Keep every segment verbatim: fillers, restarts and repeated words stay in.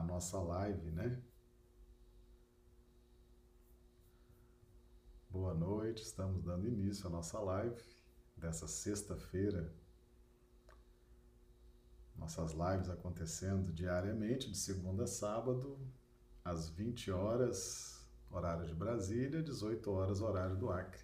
nossa live, né? Boa noite, estamos dando início à nossa live dessa sexta-feira. Nossas lives acontecendo diariamente, de segunda a sábado, às vinte horas, horário de Brasília, dezoito horas, horário do Acre.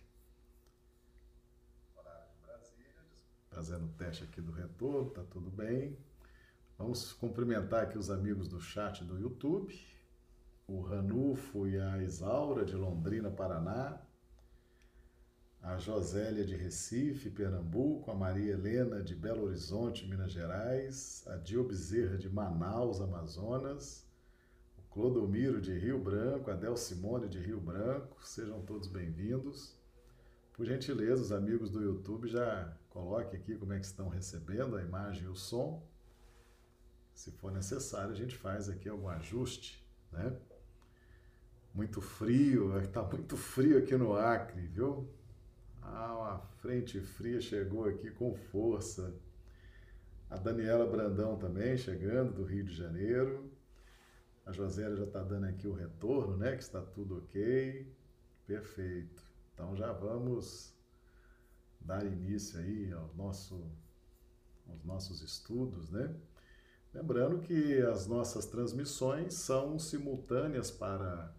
Fazendo o teste aqui do retorno, tá tudo bem. Vamos cumprimentar aqui os amigos do chat do YouTube, o Ranulfo e a Isaura de Londrina, Paraná, a Josélia de Recife, Pernambuco, a Maria Helena de Belo Horizonte, Minas Gerais, a Dio Bezerra de Manaus, Amazonas, o Clodomiro de Rio Branco, a Del Simone de Rio Branco, sejam todos bem-vindos. Por gentileza, os amigos do YouTube já coloquem aqui como é que estão recebendo a imagem e o som. Se for necessário, a gente faz aqui algum ajuste, né? Muito frio, está muito frio aqui no Acre, viu? Ah, uma frente fria chegou aqui com força. A Daniela Brandão também chegando do Rio de Janeiro. A Josélia já está dando aqui o retorno, né? Que está tudo ok. Perfeito. Então já vamos dar início aí ao nosso, aos nossos estudos, né? Lembrando que as nossas transmissões são simultâneas para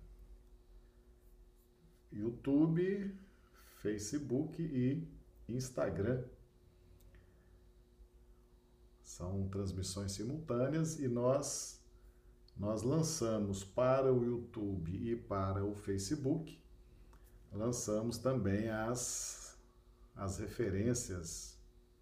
YouTube, Facebook e Instagram. São transmissões simultâneas e nós, nós lançamos para o YouTube e para o Facebook, lançamos também as, as referências,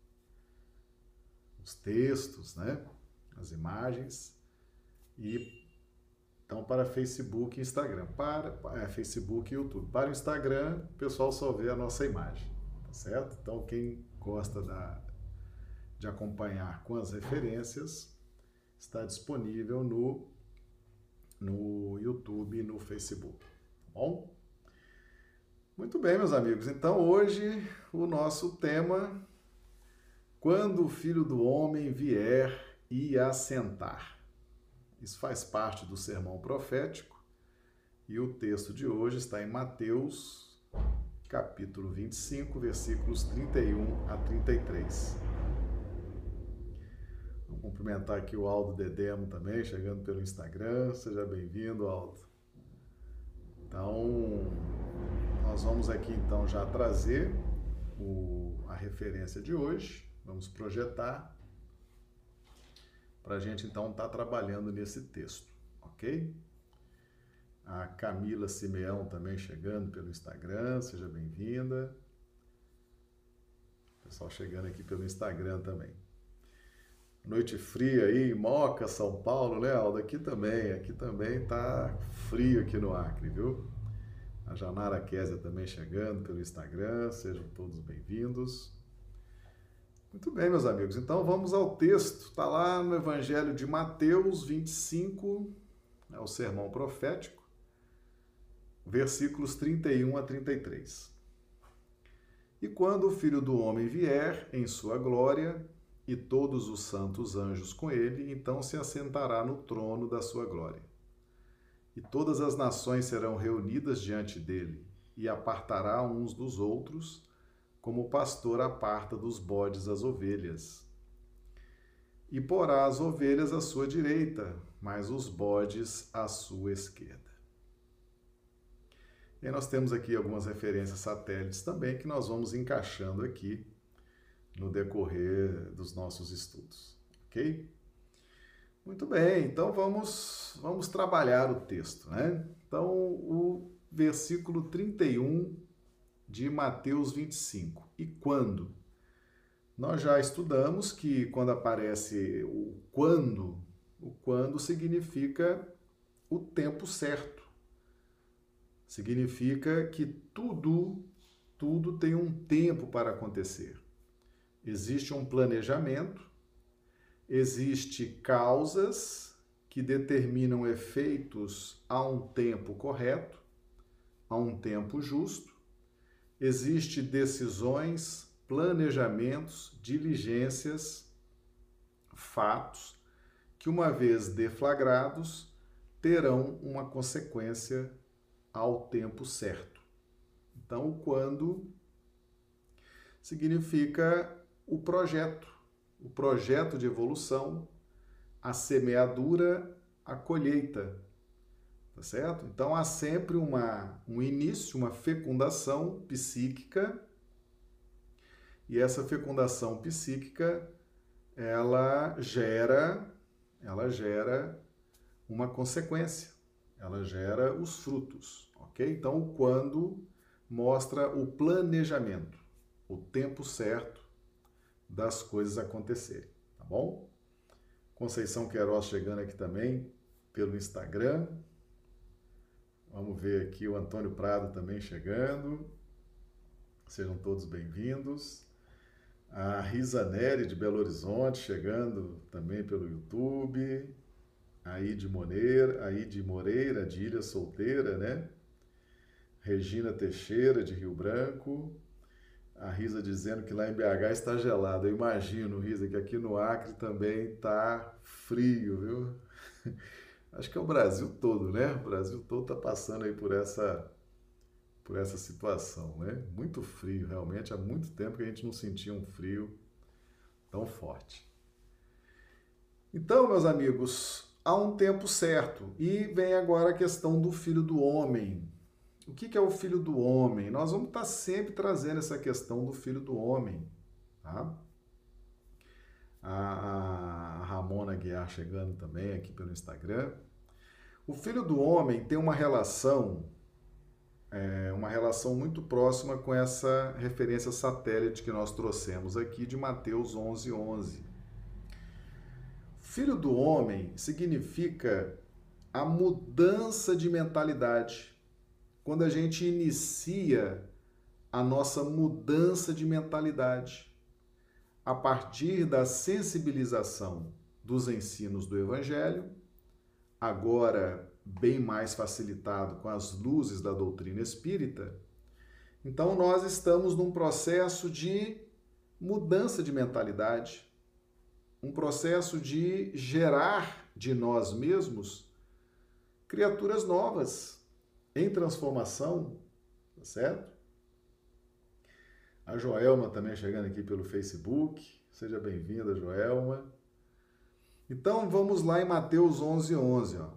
os textos, né? As imagens, e então para Facebook e Instagram, para é, Facebook e YouTube. Para o Instagram, o pessoal só vê a nossa imagem, tá certo? Então quem gosta da, de acompanhar com as referências, está disponível no, no YouTube e no Facebook, tá bom? Muito bem, meus amigos, então hoje o nosso tema, quando o Filho do Homem vier e assentar. Isso faz parte do sermão profético e o texto de hoje está em Mateus, capítulo vinte e cinco, versículos trinta e um a trinta e três. Vou cumprimentar aqui o Aldo Dedemo também, chegando pelo Instagram. Seja bem-vindo, Aldo. Então, nós vamos aqui então já trazer o, a referência de hoje, vamos projetar, para a gente então estar tá trabalhando nesse texto, ok? A Camila Simeão também chegando pelo Instagram, seja bem-vinda. Pessoal chegando aqui pelo Instagram também. Noite fria aí, Moca, São Paulo, né, Aldo? Aqui também, aqui também tá frio aqui no Acre, viu? A Janara Kézia também chegando pelo Instagram, sejam todos bem-vindos. Muito bem, meus amigos, então vamos ao texto, está lá no Evangelho de Mateus vinte e cinco, é o sermão profético, versículos trinta e um a trinta e três. E quando o Filho do Homem vier em sua glória, e todos os santos anjos com ele, então se assentará no trono da sua glória. E todas as nações serão reunidas diante dele, e apartará uns dos outros, como o pastor aparta dos bodes as ovelhas. E porá as ovelhas à sua direita, mas os bodes à sua esquerda. E nós temos aqui algumas referências satélites também, que nós vamos encaixando aqui no decorrer dos nossos estudos, ok? Muito bem, então vamos, vamos trabalhar o texto, né? Então, o versículo trinta e um de Mateus vinte e cinco. E quando? Nós já estudamos que quando aparece o quando, o quando significa o tempo certo. Significa que tudo, tudo tem um tempo para acontecer. Existe um planejamento, existe causas que determinam efeitos a um tempo correto, a um tempo justo. Existe decisões, planejamentos, diligências, fatos, que uma vez deflagrados, terão uma consequência ao tempo certo. Então, o quando significa o projeto, o projeto de evolução, a semeadura, a colheita, tá certo? Então, há sempre uma, um início, uma fecundação psíquica, e essa fecundação psíquica, ela gera, ela gera uma consequência, ela gera os frutos, ok? Então, o quando mostra o planejamento, o tempo certo das coisas acontecerem, tá bom? Conceição Queiroz chegando aqui também pelo Instagram. Vamos ver aqui o Antônio Prado também chegando. Sejam todos bem-vindos. A Risa Neri de Belo Horizonte chegando também pelo YouTube. A Ide Moreira, a Ide Moreira de Ilha Solteira, né? Regina Teixeira de Rio Branco. A Risa dizendo que lá em B H está gelado. Eu imagino, Risa, que aqui no Acre também está frio, viu? Acho que é o Brasil todo, né? O Brasil todo está passando aí por essa, por essa situação, né? Muito frio, realmente. Há muito tempo que a gente não sentia um frio tão forte. Então, meus amigos, há um tempo certo. E vem agora a questão do Filho do Homem. O que é o Filho do Homem? Nós vamos estar sempre trazendo essa questão do Filho do Homem, tá? A Ramona Guiar chegando também aqui pelo Instagram. O Filho do Homem tem uma relação, é, uma relação muito próxima com essa referência satélite que nós trouxemos aqui de Mateus onze, onze. Filho do Homem significa a mudança de mentalidade. Quando a gente inicia a nossa mudança de mentalidade, a partir da sensibilização dos ensinos do Evangelho, agora bem mais facilitado com as luzes da doutrina espírita, então nós estamos num processo de mudança de mentalidade, um processo de gerar de nós mesmos criaturas novas, em transformação, tá certo? A Joelma também chegando aqui pelo Facebook. Seja bem-vinda, Joelma. Então, vamos lá em Mateus onze, onze. Ó.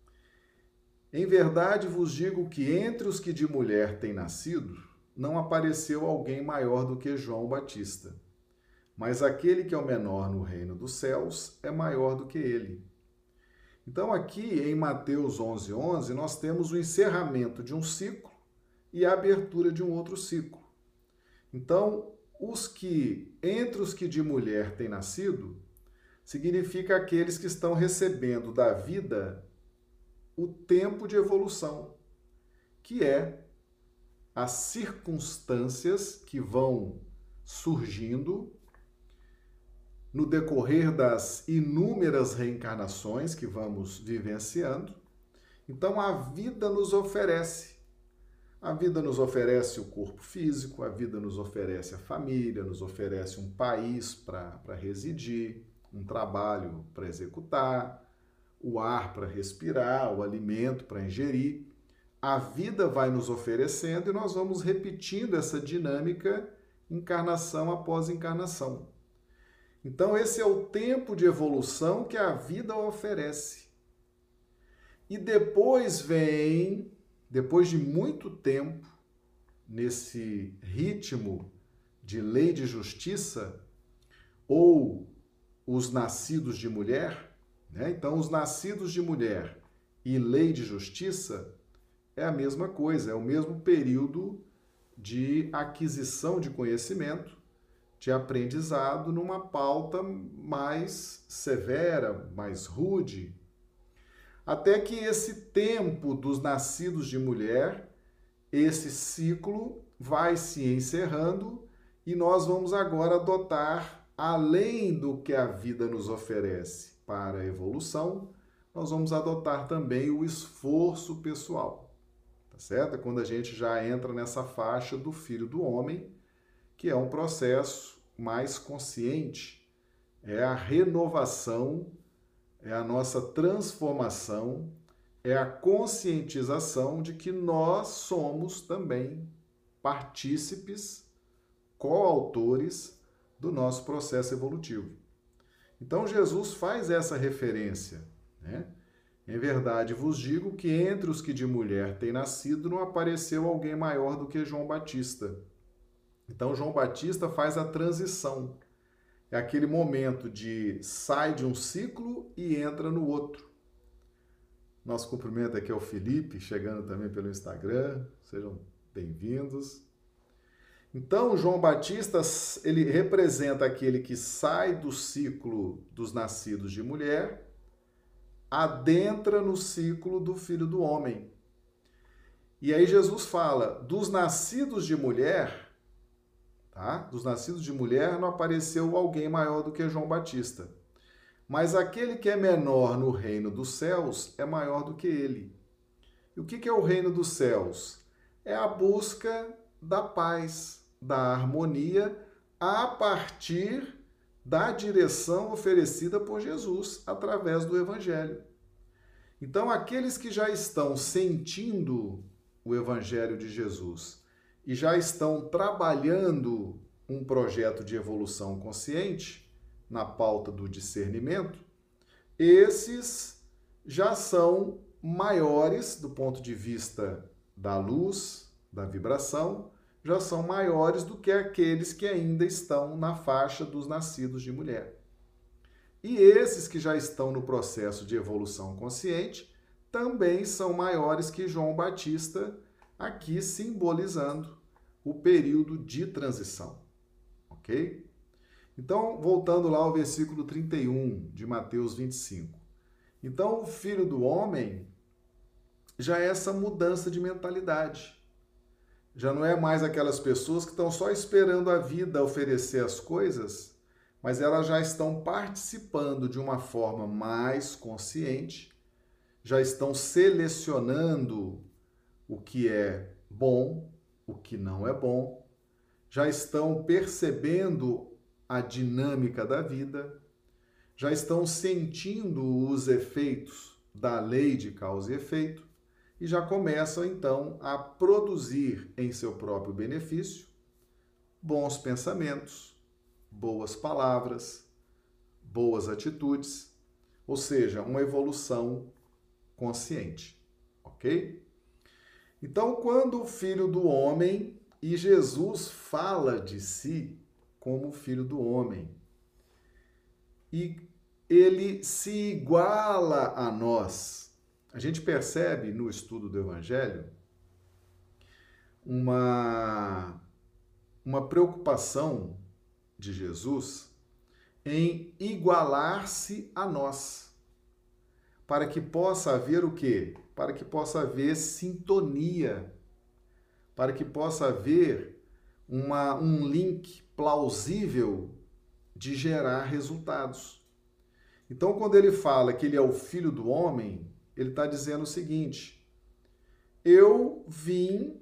Em verdade vos digo que entre os que de mulher têm nascido, não apareceu alguém maior do que João Batista. Mas aquele que é o menor no reino dos céus é maior do que ele. Então, aqui em Mateus onze, onze, nós temos o encerramento de um ciclo e a abertura de um outro ciclo. Então, os que, entre os que de mulher têm nascido, significa aqueles que estão recebendo da vida o tempo de evolução, que é as circunstâncias que vão surgindo no decorrer das inúmeras reencarnações que vamos vivenciando. Então, a vida nos oferece. A vida nos oferece o corpo físico, a vida nos oferece a família, nos oferece um país para residir, um trabalho para executar, o ar para respirar, o alimento para ingerir. A vida vai nos oferecendo e nós vamos repetindo essa dinâmica encarnação após encarnação. Então, esse é o tempo de evolução que a vida oferece. E depois vem, depois de muito tempo, nesse ritmo de lei de justiça, ou os nascidos de mulher, né? Então, os nascidos de mulher e lei de justiça é a mesma coisa, é o mesmo período de aquisição de conhecimento, de aprendizado numa pauta mais severa, mais rude, até que esse tempo dos nascidos de mulher, esse ciclo vai se encerrando e nós vamos agora adotar, além do que a vida nos oferece para a evolução, nós vamos adotar também o esforço pessoal, tá certo? É quando a gente já entra nessa faixa do Filho do Homem, que é um processo mais consciente, é a renovação, é a nossa transformação, é a conscientização de que nós somos também partícipes, coautores do nosso processo evolutivo. Então, Jesus faz essa referência, né? Em verdade vos digo que entre os que de mulher têm nascido não apareceu alguém maior do que João Batista. Então, João Batista faz a transição. É aquele momento de sai de um ciclo e entra no outro. Nosso cumprimento aqui é o Felipe, chegando também pelo Instagram. Sejam bem-vindos. Então, João Batista, ele representa aquele que sai do ciclo dos nascidos de mulher, adentra no ciclo do Filho do Homem. E aí Jesus fala, dos nascidos de mulher, tá? Dos nascidos de mulher não apareceu alguém maior do que João Batista. Mas aquele que é menor no reino dos céus é maior do que ele. E o que é o reino dos céus? É a busca da paz, da harmonia, a partir da direção oferecida por Jesus através do Evangelho. Então, aqueles que já estão sentindo o Evangelho de Jesus e já estão trabalhando um projeto de evolução consciente na pauta do discernimento, esses já são maiores do ponto de vista da luz, da vibração, já são maiores do que aqueles que ainda estão na faixa dos nascidos de mulher. E esses que já estão no processo de evolução consciente também são maiores que João Batista, aqui simbolizando o período de transição. Ok? Então, voltando lá ao versículo trinta e um de Mateus vinte e cinco. Então, o Filho do Homem já é essa mudança de mentalidade. Já não é mais aquelas pessoas que estão só esperando a vida oferecer as coisas, mas elas já estão participando de uma forma mais consciente, já estão selecionando o que é bom, o que não é bom, já estão percebendo a dinâmica da vida, já estão sentindo os efeitos da lei de causa e efeito e já começam então a produzir em seu próprio benefício bons pensamentos, boas palavras, boas atitudes, ou seja, uma evolução consciente, ok? Então, quando o Filho do Homem, e Jesus fala de si como Filho do Homem, e ele se iguala a nós, a gente percebe no estudo do Evangelho uma, uma preocupação de Jesus em igualar-se a nós, para que possa haver o quê? Para que possa haver sintonia, para que possa haver uma, um link plausível de gerar resultados. Então, quando ele fala que ele é o Filho do Homem, ele está dizendo o seguinte: eu vim,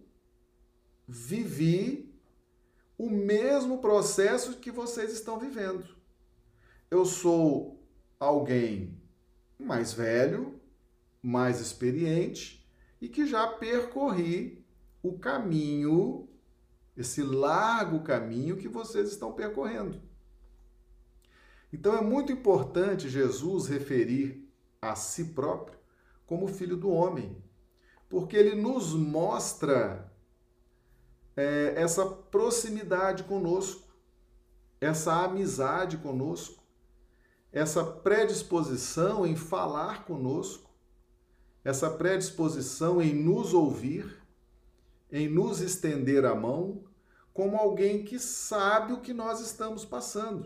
vivi o mesmo processo que vocês estão vivendo. Eu sou alguém mais velho, mais experiente e que já percorri o caminho, esse largo caminho que vocês estão percorrendo. Então é muito importante Jesus referir a si próprio como Filho do Homem, porque ele nos mostra é, essa proximidade conosco, essa amizade conosco, essa predisposição em falar conosco, essa predisposição em nos ouvir, em nos estender a mão, como alguém que sabe o que nós estamos passando.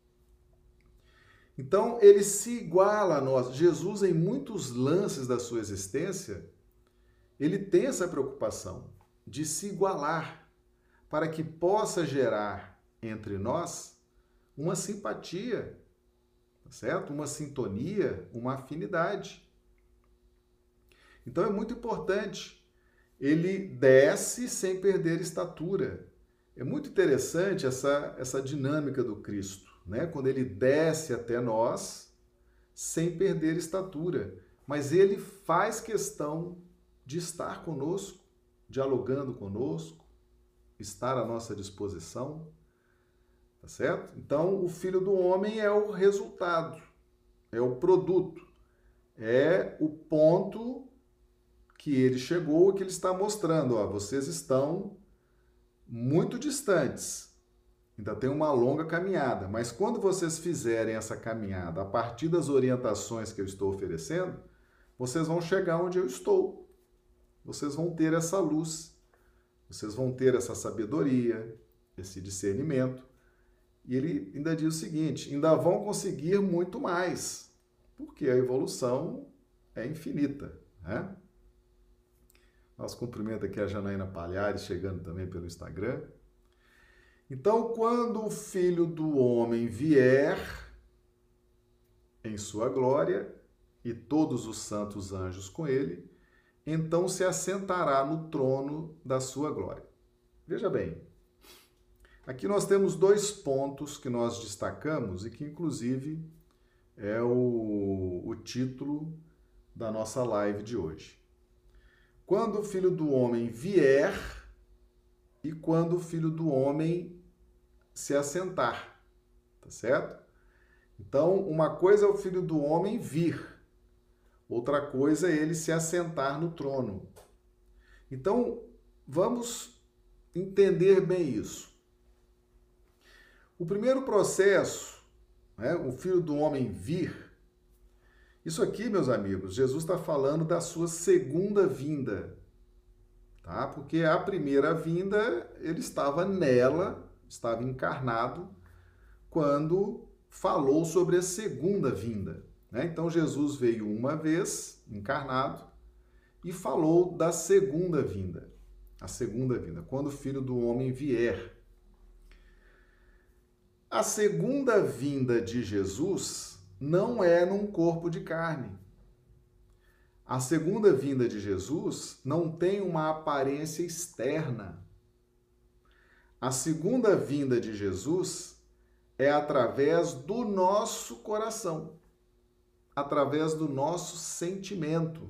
Então, ele se iguala a nós. Jesus, em muitos lances da sua existência, ele tem essa preocupação de se igualar, para que possa gerar entre nós uma simpatia, certo? Uma sintonia, uma afinidade. Então é muito importante. Ele desce sem perder estatura. É muito interessante essa, essa dinâmica do Cristo, né? Quando ele desce até nós sem perder estatura. mas ele faz questão de estar conosco, dialogando conosco, estar à nossa disposição, tá certo? Então, o Filho do Homem é o resultado, é o produto, é o ponto que ele chegou, que ele está mostrando, ó, vocês estão muito distantes, ainda tem uma longa caminhada, mas quando vocês fizerem essa caminhada a partir das orientações que eu estou oferecendo, vocês vão chegar onde eu estou. Vocês vão ter essa luz, vocês vão ter essa sabedoria, esse discernimento. E ele ainda diz o seguinte, ainda vão conseguir muito mais, porque a evolução é infinita, né? Nosso cumprimento aqui a Janaína Palhares, chegando também pelo Instagram. Então, quando o Filho do Homem vier em sua glória e todos os santos anjos com ele, então se assentará no trono da sua glória. Veja bem, aqui nós temos dois pontos que nós destacamos e que, inclusive, é o, o título da nossa live de hoje. Quando o Filho do Homem vier e quando o Filho do Homem se assentar, tá certo? Então, uma coisa é o Filho do Homem vir, outra coisa é ele se assentar no trono. Então, vamos entender bem isso. O primeiro processo, né, o Filho do Homem vir, isso aqui, meus amigos, Jesus está falando da sua segunda vinda, tá? Porque a primeira vinda, ele estava nela, estava encarnado, quando falou sobre a segunda vinda, né? Então, Jesus veio uma vez, encarnado, e falou da segunda vinda, a segunda vinda, quando o Filho do Homem vier. A segunda vinda de Jesus não é num corpo de carne. A segunda vinda de Jesus não tem uma aparência externa. A segunda vinda de Jesus é através do nosso coração, através do nosso sentimento.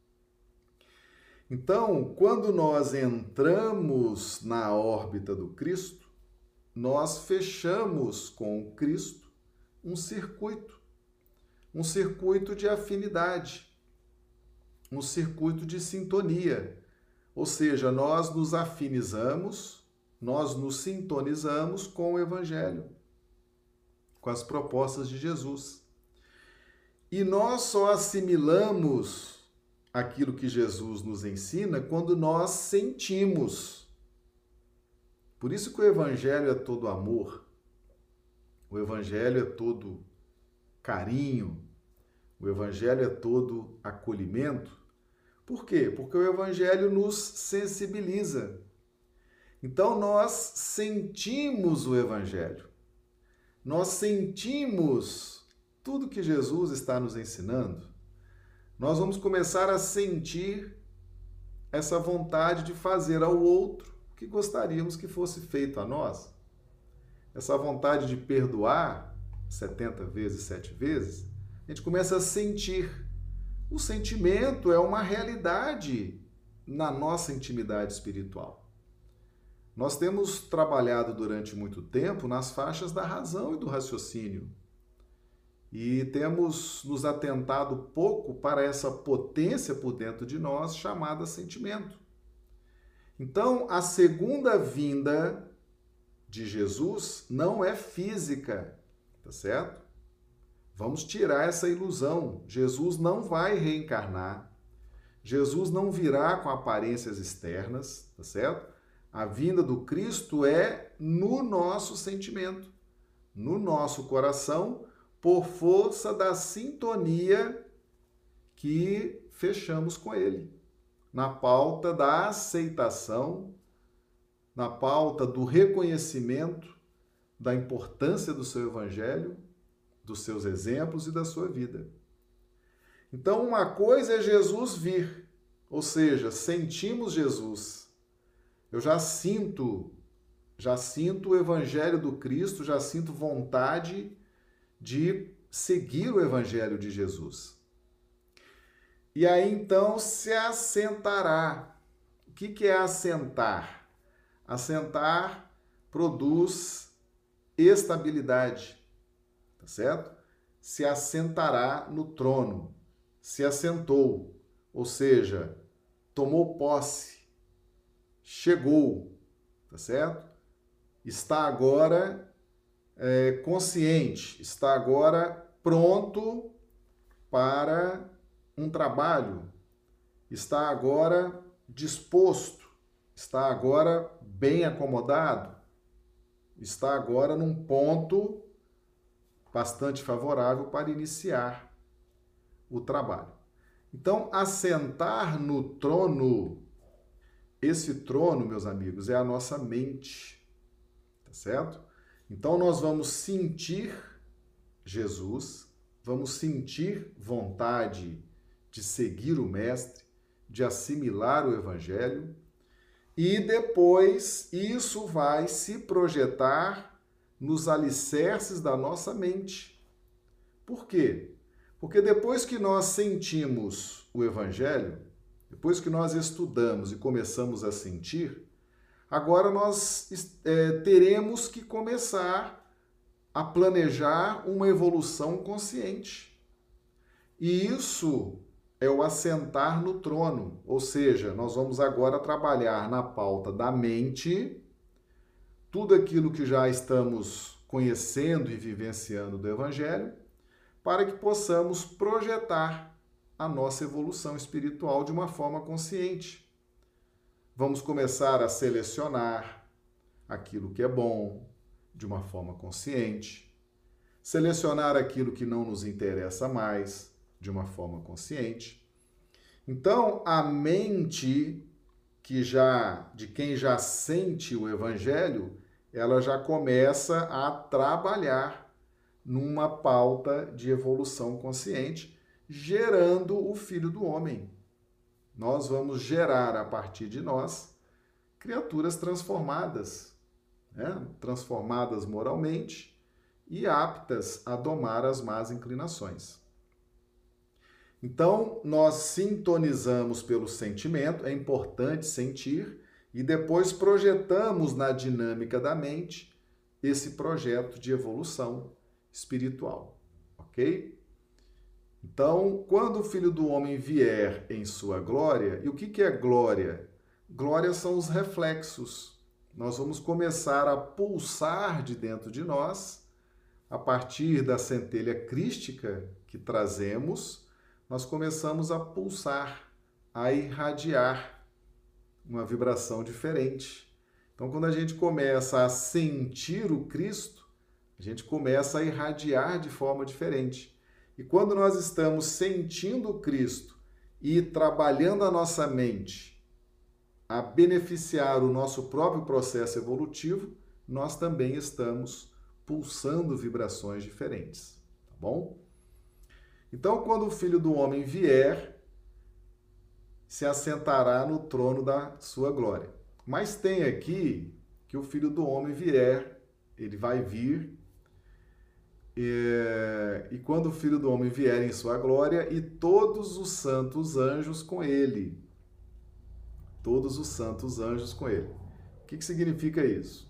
Então, quando nós entramos na órbita do Cristo, nós fechamos com o Cristo um circuito. Um circuito de afinidade, um circuito de sintonia. Ou seja, nós nos afinizamos, nós nos sintonizamos com o Evangelho, com as propostas de Jesus. E nós só assimilamos aquilo que Jesus nos ensina quando nós sentimos. Por isso que o Evangelho é todo amor, o Evangelho é todo carinho, o Evangelho é todo acolhimento. Por quê? Porque o Evangelho nos sensibiliza. Então, nós sentimos o Evangelho. Nós sentimos tudo que Jesus está nos ensinando. Nós vamos começar a sentir essa vontade de fazer ao outro o que gostaríamos que fosse feito a nós. Essa vontade de perdoar setenta vezes, sete vezes, a gente começa a sentir. O sentimento é uma realidade na nossa intimidade espiritual. Nós temos trabalhado durante muito tempo nas faixas da razão e do raciocínio. E temos nos atentado pouco para essa potência por dentro de nós chamada sentimento. Então, a segunda vinda de Jesus não é física, tá certo? Vamos tirar essa ilusão. Jesus não vai reencarnar. Jesus não virá com aparências externas, tá certo? A vinda do Cristo é no nosso sentimento, no nosso coração, por força da sintonia que fechamos com Ele. Na pauta da aceitação, na pauta do reconhecimento da importância do seu Evangelho, dos seus exemplos e da sua vida. Então, uma coisa é Jesus vir, ou seja, sentimos Jesus. Eu já sinto, já sinto o Evangelho do Cristo, já sinto vontade de seguir o Evangelho de Jesus. E aí então se assentará. O que que é assentar? Assentar produz estabilidade, tá certo? Se assentará no trono, se assentou, ou seja, tomou posse, chegou, tá certo? Está agora é, consciente, está agora pronto para um trabalho, está agora disposto, está agora bem acomodado, está agora num ponto bastante favorável para iniciar o trabalho. Então, assentar no trono, esse trono, meus amigos, é a nossa mente, tá certo? Então, nós vamos sentir Jesus, vamos sentir vontade de seguir o Mestre, de assimilar o Evangelho, e depois isso vai se projetar nos alicerces da nossa mente. Por quê? Porque depois que nós sentimos o Evangelho, depois que nós estudamos e começamos a sentir, agora nós é, teremos que começar a planejar uma evolução consciente. E isso é o assentar no trono, ou seja, nós vamos agora trabalhar na pauta da mente, tudo aquilo que já estamos conhecendo e vivenciando do Evangelho, para que possamos projetar a nossa evolução espiritual de uma forma consciente. Vamos começar a selecionar aquilo que é bom de uma forma consciente, selecionar aquilo que não nos interessa mais de uma forma consciente. Então, a mente que já de quem já sente o Evangelho, ela já começa a trabalhar numa pauta de evolução consciente, gerando o Filho do Homem. Nós vamos gerar a partir de nós criaturas transformadas, né? Transformadas moralmente e aptas a domar as más inclinações. Então, nós sintonizamos pelo sentimento, é importante sentir, e depois projetamos na dinâmica da mente esse projeto de evolução espiritual, ok? Então, quando o Filho do Homem vier em sua glória, e o que é glória? Glória são os reflexos. Nós vamos começar a pulsar de dentro de nós, a partir da centelha crística que trazemos, nós começamos a pulsar, a irradiar uma vibração diferente. Então, quando a gente começa a sentir o Cristo, a gente começa a irradiar de forma diferente. E quando nós estamos sentindo o Cristo e trabalhando a nossa mente a beneficiar o nosso próprio processo evolutivo, nós também estamos pulsando vibrações diferentes, tá bom? Então, quando o Filho do Homem vier, se assentará no trono da sua glória. Mas tem aqui que o Filho do Homem vier, ele vai vir, e, e quando o Filho do Homem vier em sua glória, e todos os santos anjos com ele. Todos os santos anjos com ele. O que, que significa isso?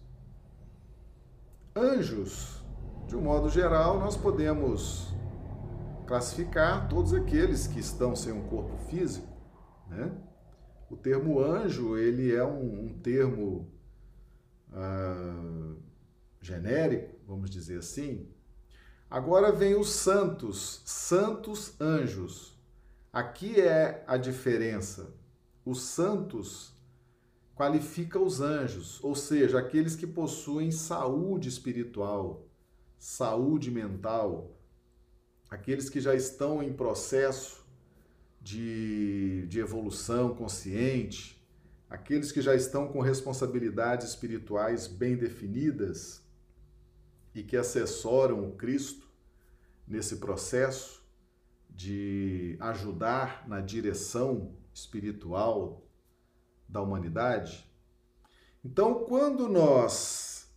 Anjos, de um modo geral, nós podemos classificar todos aqueles que estão sem um corpo físico, né? O termo anjo, ele é um, um termo ah, genérico, vamos dizer assim. Agora vem os santos, santos anjos. Aqui é a diferença. Os santos qualifica os anjos, ou seja, aqueles que possuem saúde espiritual, saúde mental, aqueles que já estão em processo de, de evolução consciente, aqueles que já estão com responsabilidades espirituais bem definidas e que assessoram o Cristo nesse processo de ajudar na direção espiritual da humanidade. Então, quando nós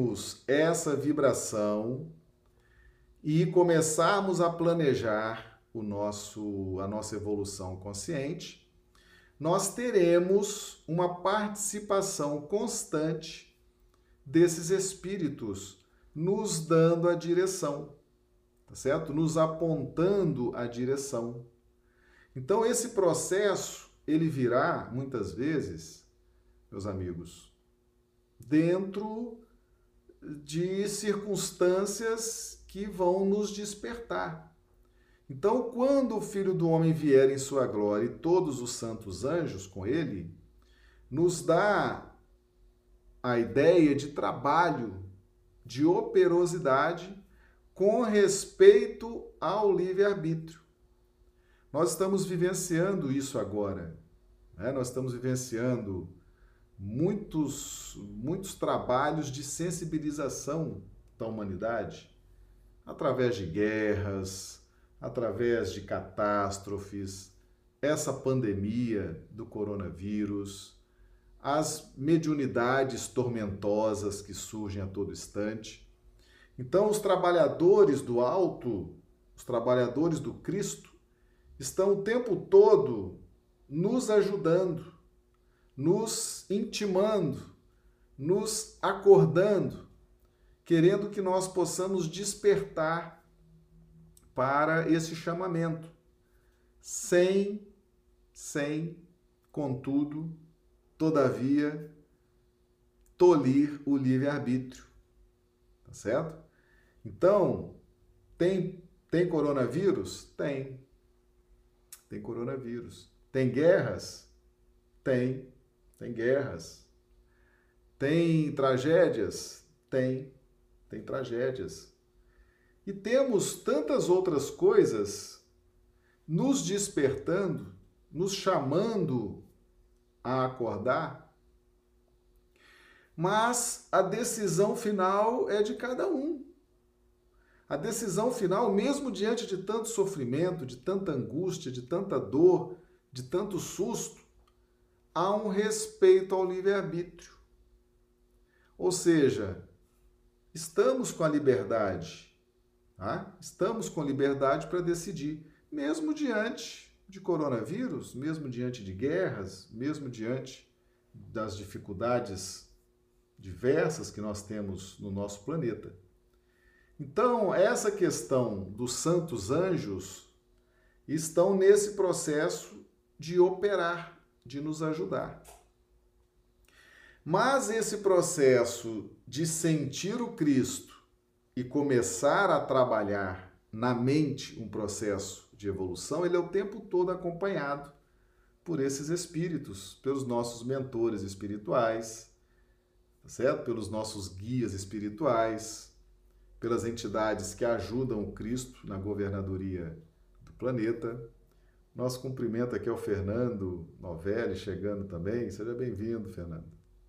atingirmos essa vibração e começarmos a planejar o nosso, a nossa evolução consciente, nós teremos uma participação constante desses espíritos nos dando a direção, tá certo? Nos apontando a direção. Então, esse processo, ele virá, muitas vezes, meus amigos, dentro de circunstâncias que vão nos despertar. Então, quando o Filho do Homem vier em sua glória e todos os santos anjos com ele, nos dá a ideia de trabalho, de operosidade com respeito ao livre-arbítrio. Nós estamos vivenciando isso agora, né? Nós estamos vivenciando muitos, muitos trabalhos de sensibilização da humanidade, através de guerras, através de catástrofes, essa pandemia do coronavírus, as mediunidades tormentosas que surgem a todo instante. Então, os trabalhadores do alto, os trabalhadores do Cristo, estão o tempo todo nos ajudando, nos intimando, nos acordando, querendo que nós possamos despertar para esse chamamento, sem, sem, contudo, todavia, tolir o livre-arbítrio, tá certo? Então, tem, tem coronavírus? Tem. Tem coronavírus. Tem guerras? Tem. Tem guerras. Tem tragédias? Tem. Tem tragédias. E temos tantas outras coisas nos despertando, nos chamando a acordar, mas a decisão final é de cada um. A decisão final, mesmo diante de tanto sofrimento, de tanta angústia, de tanta dor, de tanto susto, há um respeito ao livre-arbítrio. Ou seja, estamos com a liberdade, tá? Estamos com liberdade para decidir, mesmo diante de coronavírus, mesmo diante de guerras, mesmo diante das dificuldades diversas que nós temos no nosso planeta. Então, essa questão dos santos anjos estão nesse processo de operar, de nos ajudar. Mas esse processo de sentir o Cristo e começar a trabalhar na mente um processo de evolução, ele é o tempo todo acompanhado por esses espíritos, pelos nossos mentores espirituais, tá certo? Pelos nossos guias espirituais, pelas entidades que ajudam o Cristo na governadoria do planeta. Nosso cumprimento aqui ao Fernando Novelli, chegando também. Seja bem-vindo, Fernando.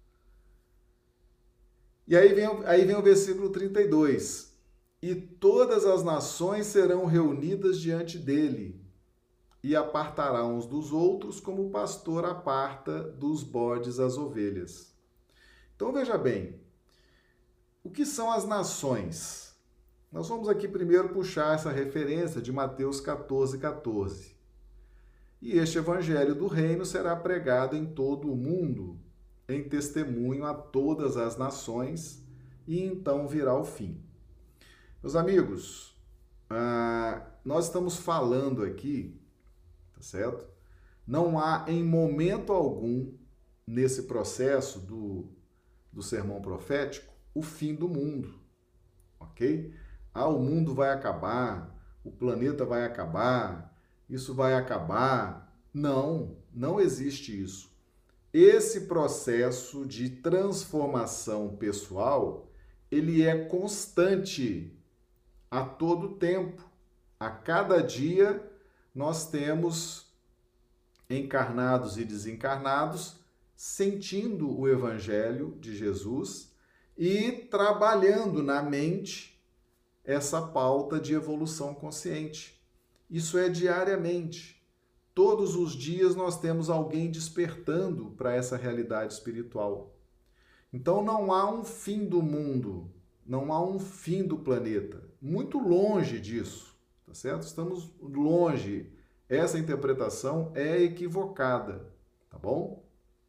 E aí vem, aí vem o versículo trinta e dois. E todas as nações serão reunidas diante dele, e apartará uns dos outros, como o pastor aparta dos bodes as ovelhas. Então veja bem, o que são as nações? Nós vamos aqui primeiro puxar essa referência de Mateus quatorze, quatorze. E este evangelho do reino será pregado em todo o mundo, em testemunho a todas as nações, e então virá o fim. Meus amigos, ah, nós estamos falando aqui, tá certo? Não há em momento algum, nesse processo do, do sermão profético, o fim do mundo, ok? Ah, o mundo vai acabar, o planeta vai acabar, isso vai acabar. Não, não existe isso. Esse processo de transformação pessoal, ele é constante a todo tempo. A cada dia nós temos encarnados e desencarnados sentindo o evangelho de Jesus e trabalhando na mente essa pauta de evolução consciente. Isso é diariamente. Todos os dias nós temos alguém despertando para essa realidade espiritual. Então não há um fim do mundo, não há um fim do planeta. Muito longe disso, tá tá certo? Estamos longe. Essa interpretação é equivocada, tá bom?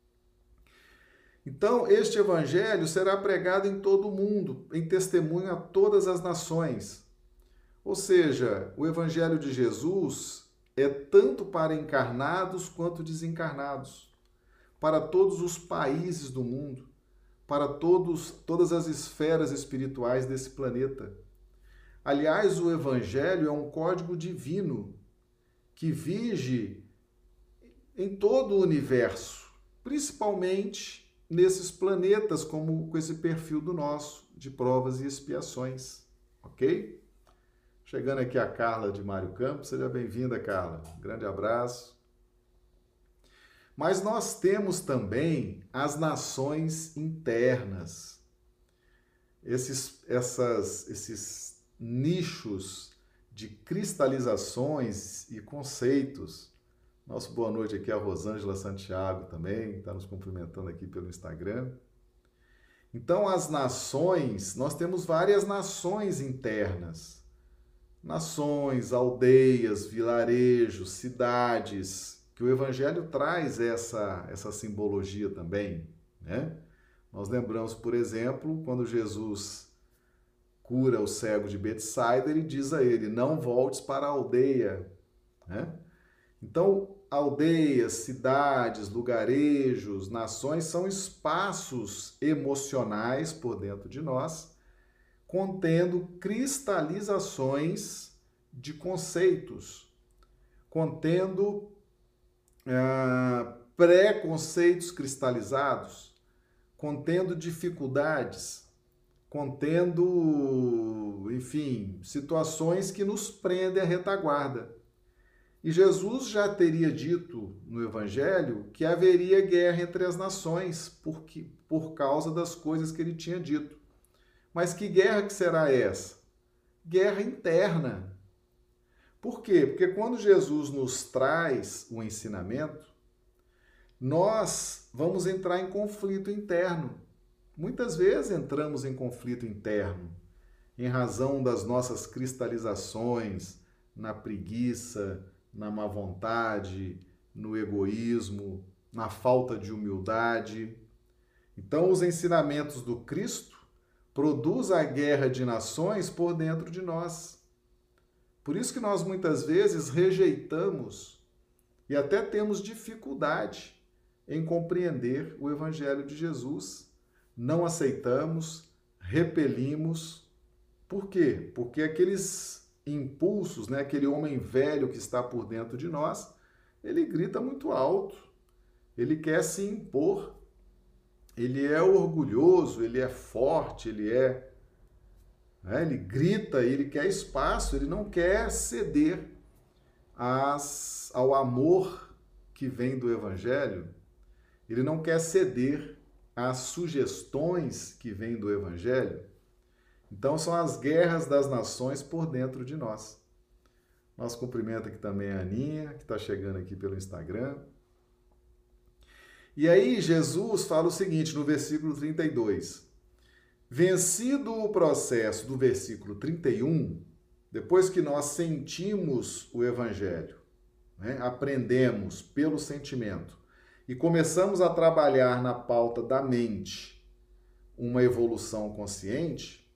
Então, este evangelho será pregado em todo o mundo, em testemunho a todas as nações. Ou seja, o evangelho de Jesus é tanto para encarnados quanto desencarnados, para todos os países do mundo, para todos, todas as esferas espirituais desse planeta. Aliás, o evangelho é um código divino que vige em todo o universo, principalmente nesses planetas como com esse perfil do nosso, de provas e expiações, ok? Chegando aqui a Carla de Mário Campos, seja bem-vinda, Carla. Um grande abraço. Mas nós temos também as nações internas, esses, essas, esses nichos de cristalizações e conceitos. Nossa boa noite aqui a Rosângela Santiago também, está nos cumprimentando aqui pelo Instagram. Então, as nações, nós temos várias nações internas. Nações, aldeias, vilarejos, cidades, que o Evangelho traz essa, essa simbologia também, né? Nós lembramos, por exemplo, quando Jesus cura o cego de Betsaida, ele diz a ele, não voltes para a aldeia, né? Então, aldeias, cidades, lugarejos, nações são espaços emocionais por dentro de nós, contendo cristalizações de conceitos, contendo ah, pré-conceitos cristalizados, contendo dificuldades, contendo, enfim, situações que nos prendem à retaguarda. E Jesus já teria dito no Evangelho que haveria guerra entre as nações por, que, por causa das coisas que ele tinha dito. Mas que guerra que será essa? Guerra interna. Por quê? Porque quando Jesus nos traz o ensinamento, nós vamos entrar em conflito interno. Muitas vezes entramos em conflito interno, em razão das nossas cristalizações, na preguiça, na má vontade, no egoísmo, na falta de humildade. Então, os ensinamentos do Cristo produzem a guerra de nações por dentro de nós. Por isso que nós muitas vezes rejeitamos e até temos dificuldade em compreender o Evangelho de Jesus. Não aceitamos, repelimos. Por quê? Porque aqueles impulsos, né, aquele homem velho que está por dentro de nós, ele grita muito alto, ele quer se impor, ele é orgulhoso, ele é forte, ele é, né, ele grita, ele quer espaço, ele não quer ceder às, ao amor que vem do Evangelho, ele não quer ceder às sugestões que vêm do Evangelho. Então, são as guerras das nações por dentro de nós. Nosso cumprimento aqui também a Aninha, que está chegando aqui pelo Instagram. E aí, Jesus fala o seguinte no versículo trinta e dois. Vencido o processo do versículo trinta e um, depois que nós sentimos o Evangelho, né, aprendemos pelo sentimento e começamos a trabalhar na pauta da mente uma evolução consciente,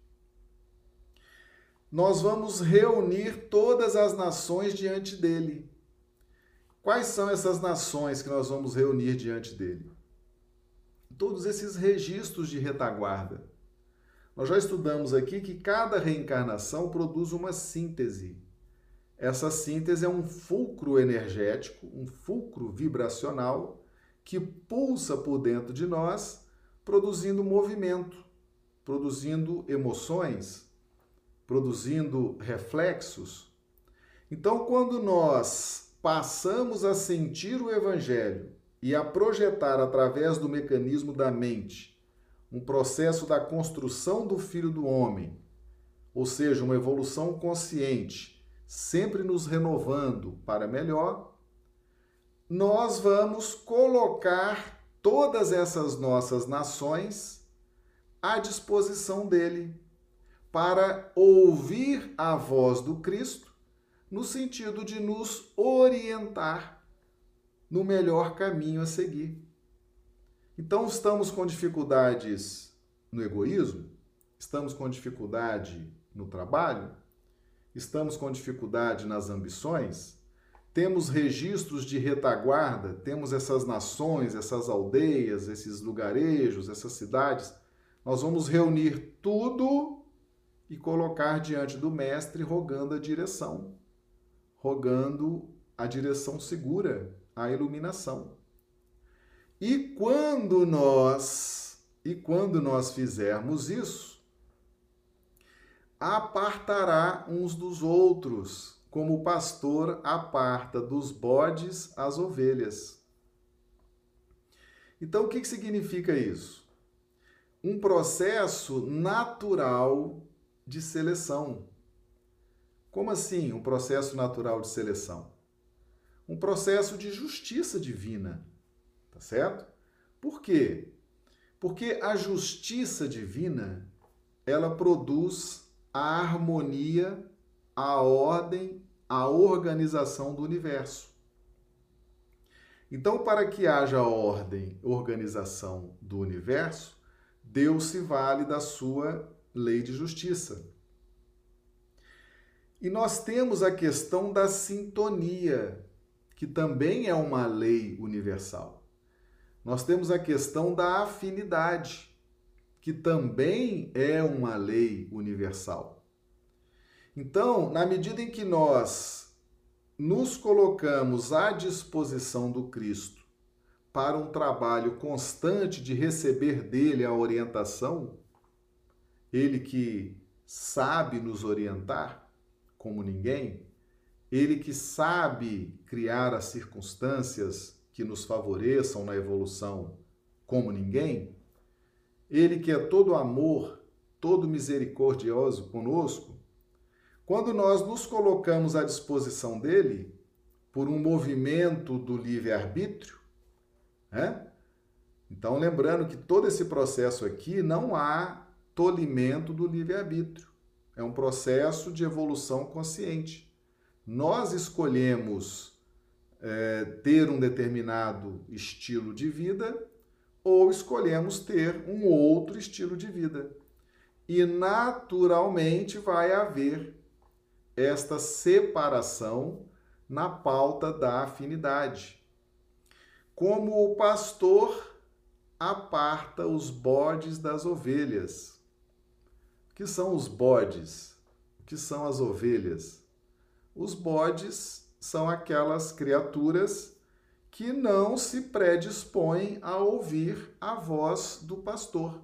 nós vamos reunir todas as nações diante dele. Quais são essas nações que nós vamos reunir diante dele? Todos esses registros de retaguarda. Nós já estudamos aqui que cada reencarnação produz uma síntese. Essa síntese é um fulcro energético, um fulcro vibracional que pulsa por dentro de nós, produzindo movimento, produzindo emoções, produzindo reflexos. Então, quando nós passamos a sentir o Evangelho e a projetar através do mecanismo da mente um processo da construção do Filho do Homem, ou seja, uma evolução consciente, sempre nos renovando para melhor, nós vamos colocar todas essas nossas nações à disposição dele, para ouvir a voz do Cristo no sentido de nos orientar no melhor caminho a seguir. Então, estamos com dificuldades no egoísmo? Estamos com dificuldade no trabalho? Estamos com dificuldade nas ambições? Temos registros de retaguarda? Temos essas nações, essas aldeias, esses lugarejos, essas cidades? Nós vamos reunir tudo e colocar diante do Mestre, rogando a direção, rogando a direção segura, a iluminação. E quando nós, e quando nós fizermos isso, apartará uns dos outros, como o pastor aparta dos bodes as ovelhas. Então, o que significa isso? Um processo natural de seleção. Como assim, um processo natural de seleção? Um processo de justiça divina, tá certo? Por quê? Porque a justiça divina, ela produz a harmonia, a ordem, a organização do universo. Então, para que haja ordem, organização do universo, Deus se vale da sua lei de justiça. E nós temos a questão da sintonia, que também é uma lei universal. Nós temos a questão da afinidade, que também é uma lei universal. Então, na medida em que nós nos colocamos à disposição do Cristo para um trabalho constante de receber dele a orientação, ele que sabe nos orientar como ninguém, ele que sabe criar as circunstâncias que nos favoreçam na evolução como ninguém, ele que é todo amor, todo misericordioso conosco, quando nós nos colocamos à disposição dele por um movimento do livre-arbítrio, né? Então, lembrando que todo esse processo aqui não há tolimento do livre-arbítrio. É um processo de evolução consciente. Nós escolhemos é, ter um determinado estilo de vida ou escolhemos ter um outro estilo de vida. E naturalmente vai haver esta separação na pauta da afinidade. Como o pastor aparta os bodes das ovelhas. O que são os bodes? O que são as ovelhas? Os bodes são aquelas criaturas que não se predispõem a ouvir a voz do pastor,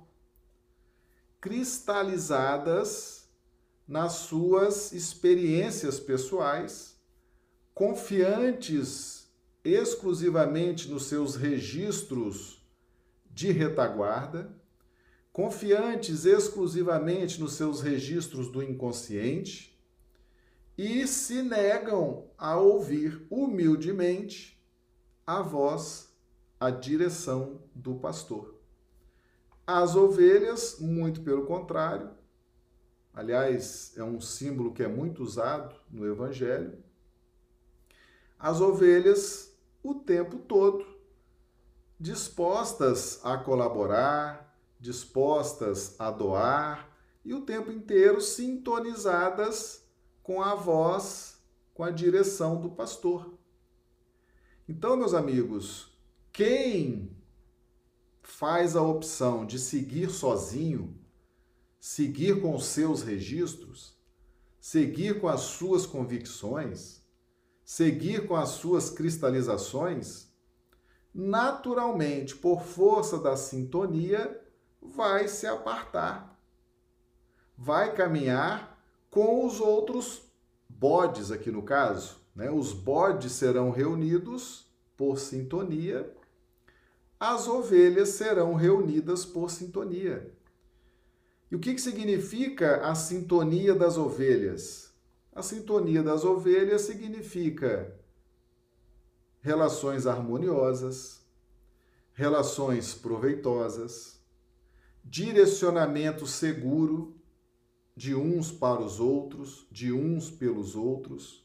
cristalizadas nas suas experiências pessoais, confiantes exclusivamente nos seus registros de retaguarda, confiantes exclusivamente nos seus registros do inconsciente e se negam a ouvir humildemente a voz, a direção do pastor. As ovelhas, muito pelo contrário, aliás, é um símbolo que é muito usado no Evangelho, as ovelhas o tempo todo dispostas a colaborar, dispostas a doar e o tempo inteiro sintonizadas com a voz, com a direção do pastor. Então, meus amigos, quem faz a opção de seguir sozinho, seguir com os seus registros, seguir com as suas convicções, seguir com as suas cristalizações, naturalmente, por força da sintonia, vai se apartar, vai caminhar com os outros bodes aqui no caso, né? Os bodes serão reunidos por sintonia, as ovelhas serão reunidas por sintonia. E o que, que significa a sintonia das ovelhas? A sintonia das ovelhas significa relações harmoniosas, relações proveitosas, direcionamento seguro de uns para os outros, de uns pelos outros,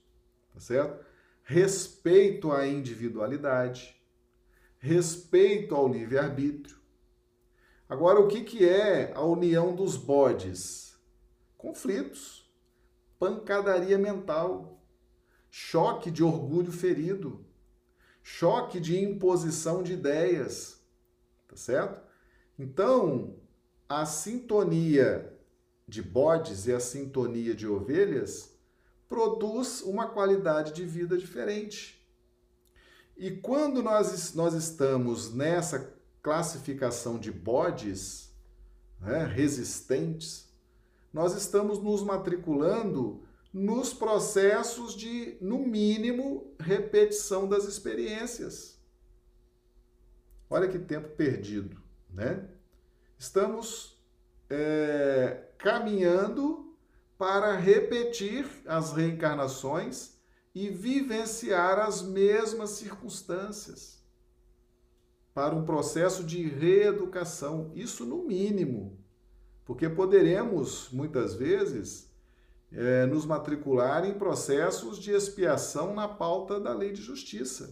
tá certo? Respeito à individualidade, respeito ao livre-arbítrio. Agora, o que, que é a união dos bodes? Conflitos, pancadaria mental, choque de orgulho ferido, choque de imposição de ideias, tá certo? Então, a sintonia de bodes e a sintonia de ovelhas produz uma qualidade de vida diferente. E quando nós, nós estamos nessa classificação de bodes, né, resistentes, nós estamos nos matriculando nos processos de, no mínimo, repetição das experiências. Olha que tempo perdido, né? Estamos é, caminhando para repetir as reencarnações e vivenciar as mesmas circunstâncias, para um processo de reeducação, isso no mínimo, porque poderemos, muitas vezes, é, nos matricular em processos de expiação na pauta da lei de justiça.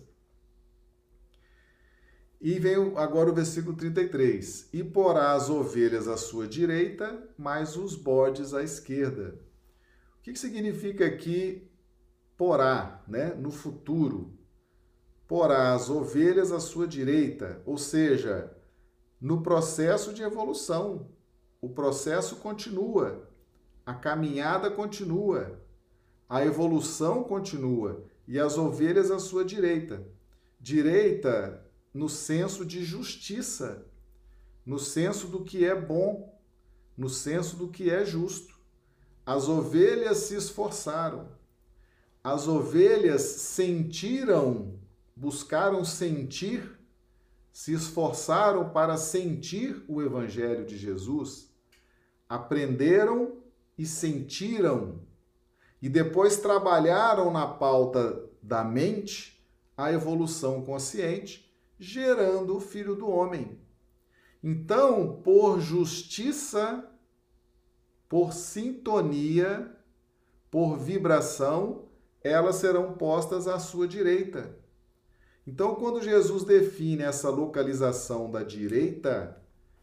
E vem agora o versículo trinta e três. E porá as ovelhas à sua direita, mas os bodes à esquerda. O que, que significa aqui porá, né? No futuro? Porá as ovelhas à sua direita, ou seja, no processo de evolução. O processo continua, a caminhada continua, a evolução continua, e as ovelhas à sua direita. Direita no senso de justiça, no senso do que é bom, no senso do que é justo. As ovelhas se esforçaram, as ovelhas sentiram, buscaram sentir, se esforçaram para sentir o Evangelho de Jesus, aprenderam e sentiram, e depois trabalharam na pauta da mente a evolução consciente, gerando o Filho do Homem. Então, por justiça, por sintonia, por vibração, elas serão postas à sua direita. Então, quando Jesus define essa localização da direita,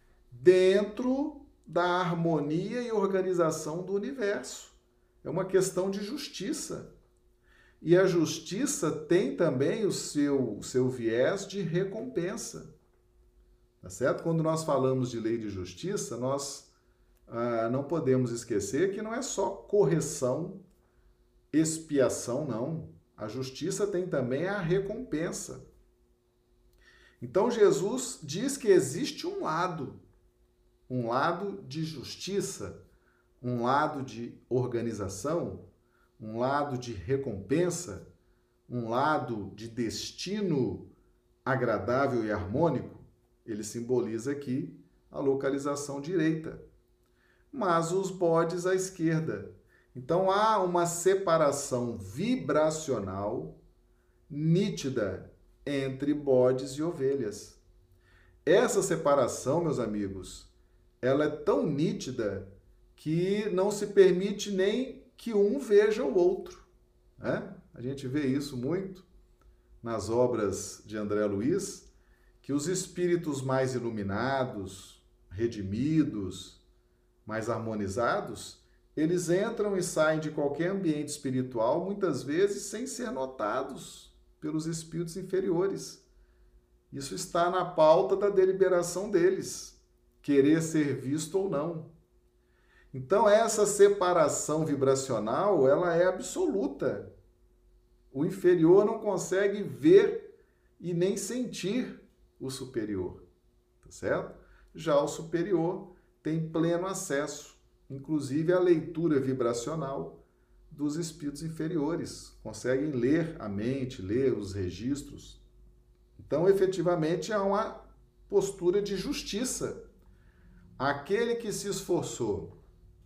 dentro da harmonia e organização do universo, é uma questão de justiça. E a justiça tem também o seu, o seu viés de recompensa. Tá certo? Quando nós falamos de lei de justiça, nós ah, não podemos esquecer que não é só correção, expiação, não. A justiça tem também a recompensa. Então, Jesus diz que existe um lado, um lado de justiça, um lado de organização, um lado de recompensa, um lado de destino agradável e harmônico. Ele simboliza aqui a localização direita. Mas os bodes à esquerda. Então há uma separação vibracional nítida entre bodes e ovelhas. Essa separação, meus amigos, ela é tão nítida que não se permite nem que um veja o outro, né? A gente vê isso muito nas obras de André Luiz, que os espíritos mais iluminados, redimidos, mais harmonizados, eles entram e saem de qualquer ambiente espiritual, muitas vezes sem ser notados pelos espíritos inferiores. Isso está na pauta da deliberação deles, querer ser visto ou não. Então, essa separação vibracional, ela é absoluta. O inferior não consegue ver e nem sentir o superior, tá certo? Já o superior tem pleno acesso, inclusive à leitura vibracional dos espíritos inferiores. Conseguem ler a mente, ler os registros. Então, efetivamente, há uma postura de justiça. Aquele que se esforçou,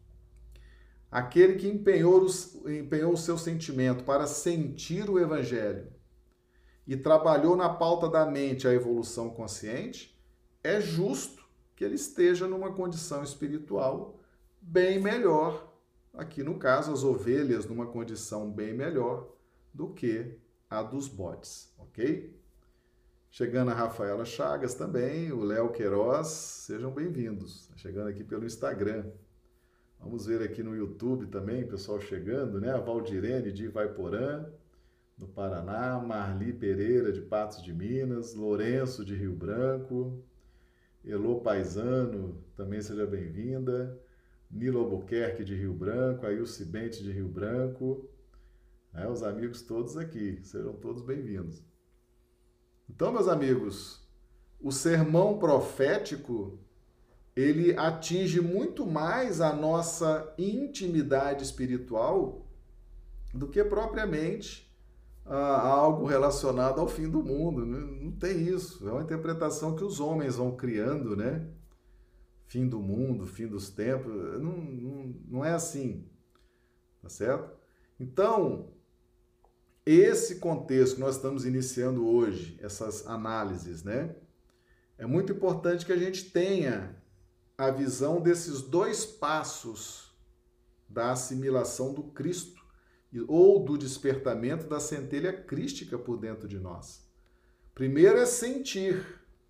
aquele que empenhou, os, empenhou o seu sentimento para sentir o Evangelho e trabalhou na pauta da mente a evolução consciente, é justo que ele esteja numa condição espiritual bem melhor. Aqui, no caso, as ovelhas numa condição bem melhor do que a dos bodes, ok? Chegando a Rafaela Chagas também, o Léo Queiroz, sejam bem-vindos. Chegando aqui pelo Instagram. Vamos ver aqui no YouTube também, pessoal chegando, né? A Valdirene de Ivaiporã, no Paraná, Marli Pereira de Patos de Minas, Lourenço de Rio Branco, Elô Paisano, também seja bem-vinda, Nilo Albuquerque de Rio Branco, Ailce Bente de Rio Branco, né? Os amigos todos aqui, sejam todos bem-vindos. Então, meus amigos, o sermão profético, ele atinge muito mais a nossa intimidade espiritual do que propriamente ah, algo relacionado ao fim do mundo. Não, não tem isso. É uma interpretação que os homens vão criando, né? Fim do mundo, fim dos tempos. Não, não, não é assim. Tá certo? Então, esse contexto que nós estamos iniciando hoje, essas análises, né? É muito importante que a gente tenha a visão desses dois passos da assimilação do Cristo ou do despertamento da centelha crística por dentro de nós. Primeiro é sentir.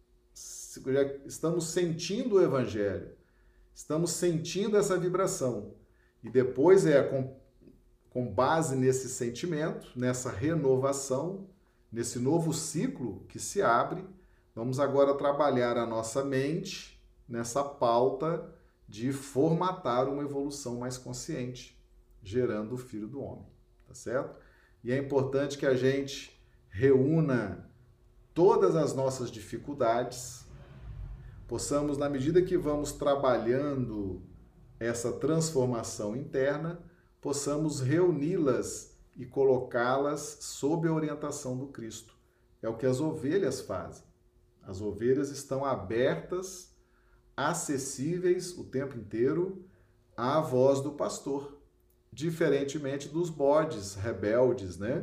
Estamos sentindo o Evangelho. Estamos sentindo essa vibração. E depois é com, com base nesse sentimento, nessa renovação, nesse novo ciclo que se abre, vamos agora trabalhar a nossa mente nessa pauta de formatar uma evolução mais consciente, gerando o Filho do Homem, tá certo? E é importante que a gente reúna todas as nossas dificuldades, possamos, na medida que vamos trabalhando essa transformação interna, possamos reuni-las e colocá-las sob a orientação do Cristo. É o que as ovelhas fazem. As ovelhas estão abertas, acessíveis o tempo inteiro à voz do pastor, diferentemente dos bodes rebeldes, né?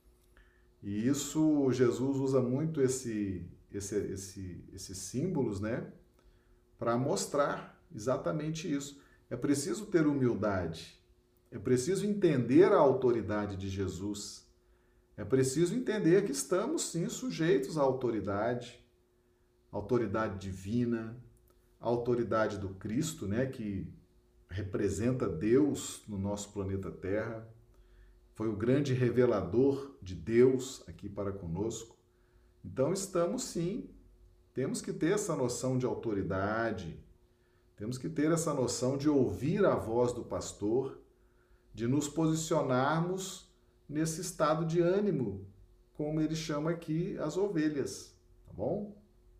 E isso, Jesus usa muito esse, esse, esse, esses símbolos, né? Para mostrar exatamente isso. É preciso ter humildade, é preciso entender a autoridade de Jesus, é preciso entender que estamos, sim, sujeitos à autoridade, autoridade divina, a autoridade do Cristo, né, que representa Deus no nosso planeta Terra, foi o grande revelador de Deus aqui para conosco. Então estamos sim, temos que ter essa noção de autoridade, temos que ter essa noção de ouvir a voz do pastor, de nos posicionarmos nesse estado de ânimo, como ele chama aqui as ovelhas, tá bom?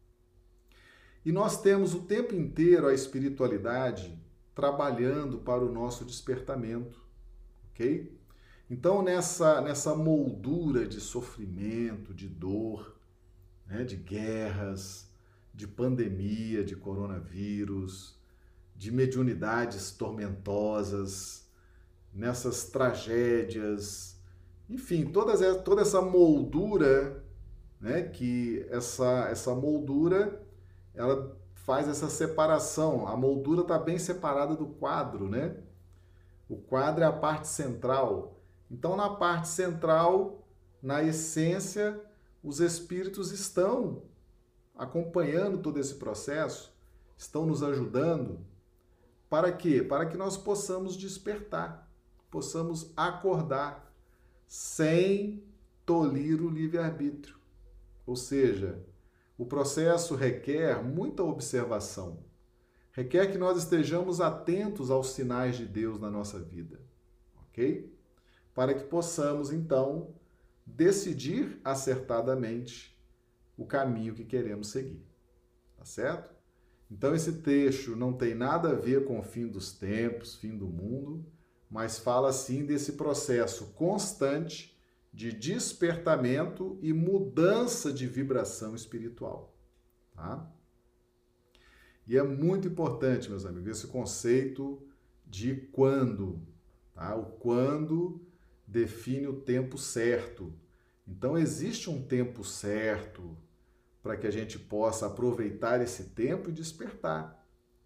E nós temos o tempo inteiro a espiritualidade trabalhando para o nosso despertamento, ok? Então, nessa, nessa moldura de sofrimento, de dor, né, de guerras, de pandemia, de coronavírus, de mediunidades tormentosas, nessas tragédias, enfim, todas, toda essa moldura, né, que essa, essa moldura ela faz essa separação. A moldura está bem separada do quadro, né? O quadro é a parte central. Então, na parte central, na essência, os espíritos estão acompanhando todo esse processo, estão nos ajudando. Para quê? Para que nós possamos despertar, possamos acordar, sem tolir o livre-arbítrio. Ou seja, o processo requer muita observação, requer que nós estejamos atentos aos sinais de Deus na nossa vida, ok? Para que possamos, então, decidir acertadamente o caminho que queremos seguir, tá certo? Então, esse trecho não tem nada a ver com o fim dos tempos, fim do mundo, mas fala, sim, desse processo constante de despertamento e mudança de vibração espiritual, tá? E é muito importante, meus amigos, esse conceito de quando, tá? O quando define o tempo certo. Então, existe um tempo certo para que a gente possa aproveitar esse tempo e despertar.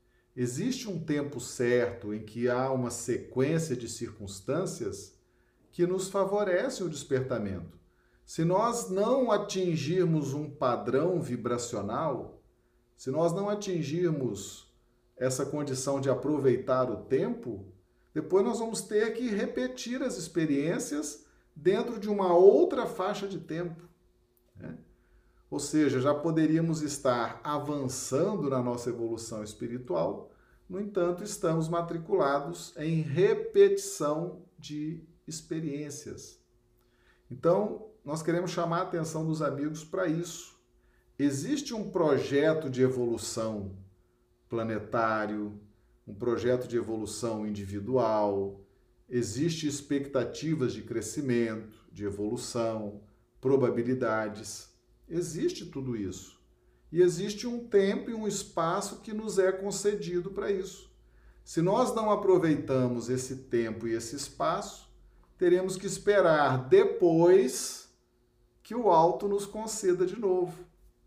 Existe um tempo certo em que há uma sequência de circunstâncias que nos favorecem o despertamento. Se nós não atingirmos um padrão vibracional, se nós não atingirmos essa condição de aproveitar o tempo, depois nós vamos ter que repetir as experiências dentro de uma outra faixa de tempo, né? Ou seja, já poderíamos estar avançando na nossa evolução espiritual, no entanto, estamos matriculados em repetição de experiências. Então, nós queremos chamar a atenção dos amigos para isso. Existe um projeto de evolução planetário, um projeto de evolução individual, existe expectativas de crescimento, de evolução, probabilidades. Existe tudo isso. E existe um tempo e um espaço que nos é concedido para isso. Se nós não aproveitamos esse tempo e esse espaço, teremos que esperar depois que o alto nos conceda de novo.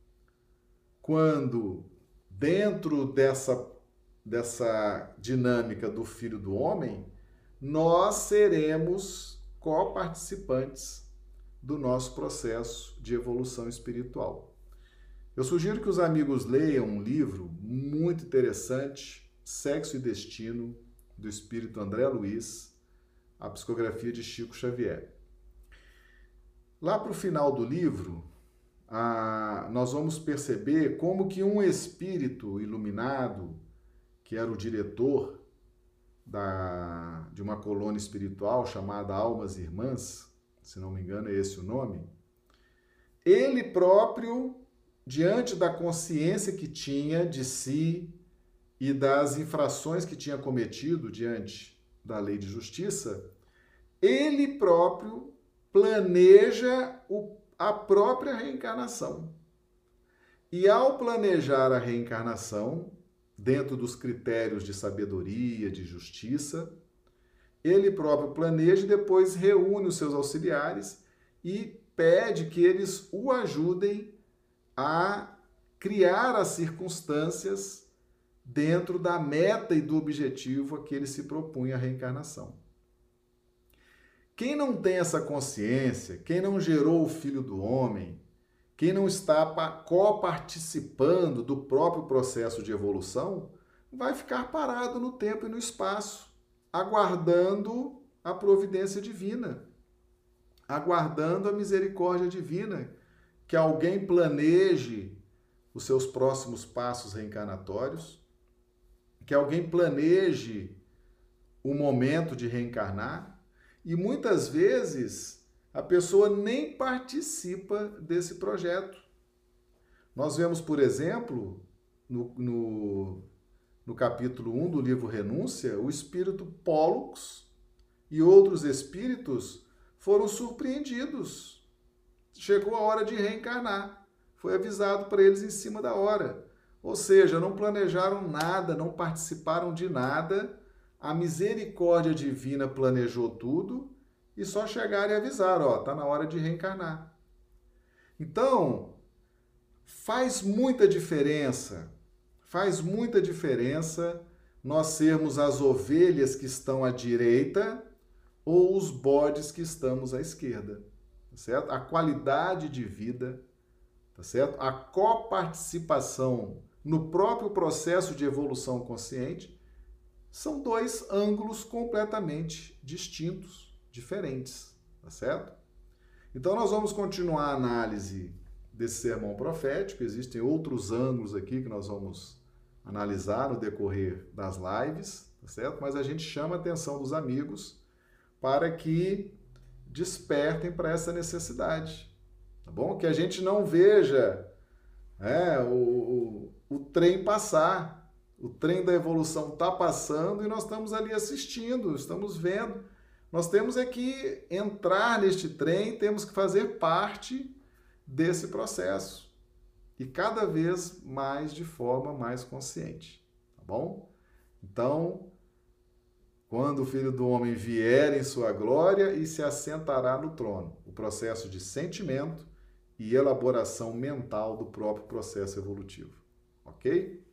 Quando, dentro dessa, dessa dinâmica do Filho do Homem, nós seremos coparticipantes do nosso processo de evolução espiritual. Eu sugiro que os amigos leiam um livro muito interessante, Sexo e Destino, do espírito André Luiz, a psicografia de Chico Xavier. Lá para o final do livro, a, nós vamos perceber como que um espírito iluminado, que era o diretor da, de uma colônia espiritual chamada Almas Irmãs, se não me engano é esse o nome, ele próprio, diante da consciência que tinha de si e das infrações que tinha cometido diante da lei de justiça, ele próprio planeja o, a própria reencarnação. E ao planejar a reencarnação, dentro dos critérios de sabedoria, de justiça, ele próprio planeja e depois reúne os seus auxiliares e pede que eles o ajudem a criar as circunstâncias dentro da meta e do objetivo a que ele se propunha a reencarnação. Quem não tem essa consciência, quem não gerou o Filho do Homem, quem não está coparticipando do próprio processo de evolução, vai ficar parado no tempo e no espaço, aguardando a providência divina, aguardando a misericórdia divina, que alguém planeje os seus próximos passos reencarnatórios, que alguém planeje o momento de reencarnar, e muitas vezes a pessoa nem participa desse projeto. Nós vemos, por exemplo, no, no, no capítulo um do livro Renúncia, o espírito Pólux e outros espíritos foram surpreendidos. Chegou a hora de reencarnar. Foi avisado para eles em cima da hora. Ou seja, não planejaram nada, não participaram de nada. A misericórdia divina planejou tudo e só chegaram e avisaram, ó, tá na hora de reencarnar. Então, faz muita diferença, faz muita diferença nós sermos as ovelhas que estão à direita ou os bodes que estamos à esquerda, tá certo? A qualidade de vida, tá certo? A coparticipação no próprio processo de evolução consciente são dois ângulos completamente distintos, diferentes, tá certo? Então nós vamos continuar a análise desse sermão profético, existem outros ângulos aqui que nós vamos analisar no decorrer das lives, tá certo? Mas a gente chama a atenção dos amigos para que despertem para essa necessidade, tá bom? Que a gente não veja é, o, o, o trem passar. O trem da evolução está passando e nós estamos ali assistindo, estamos vendo. Nós temos é que entrar neste trem, temos que fazer parte desse processo. E cada vez mais de forma mais consciente, tá bom? Então, quando o Filho do Homem vier em sua glória e se assentará no trono, o processo de sentimento e elaboração mental do próprio processo evolutivo, ok?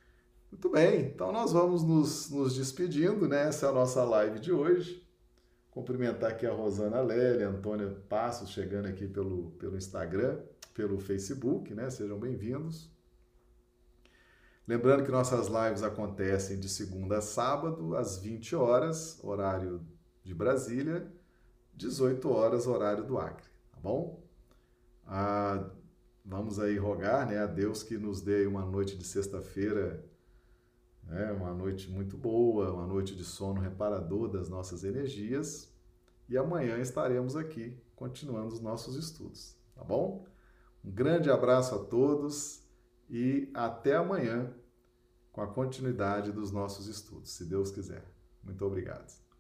Muito bem, então nós vamos nos, nos despedindo, né? Essa é a nossa live de hoje. Cumprimentar aqui a Rosana Lélia, a Antônia Passos, chegando aqui pelo, pelo Instagram, pelo Facebook, né? Sejam bem-vindos. Lembrando que nossas lives acontecem de segunda a sábado, às vinte horas, horário de Brasília, dezoito horas, horário do Acre, tá bom? Ah, vamos aí rogar, né, a Deus que nos dê uma noite de sexta-feira, né, uma noite muito boa, uma noite de sono reparador das nossas energias, e amanhã estaremos aqui continuando os nossos estudos, tá bom? Um grande abraço a todos e até amanhã com a continuidade dos nossos estudos, se Deus quiser. Muito obrigado.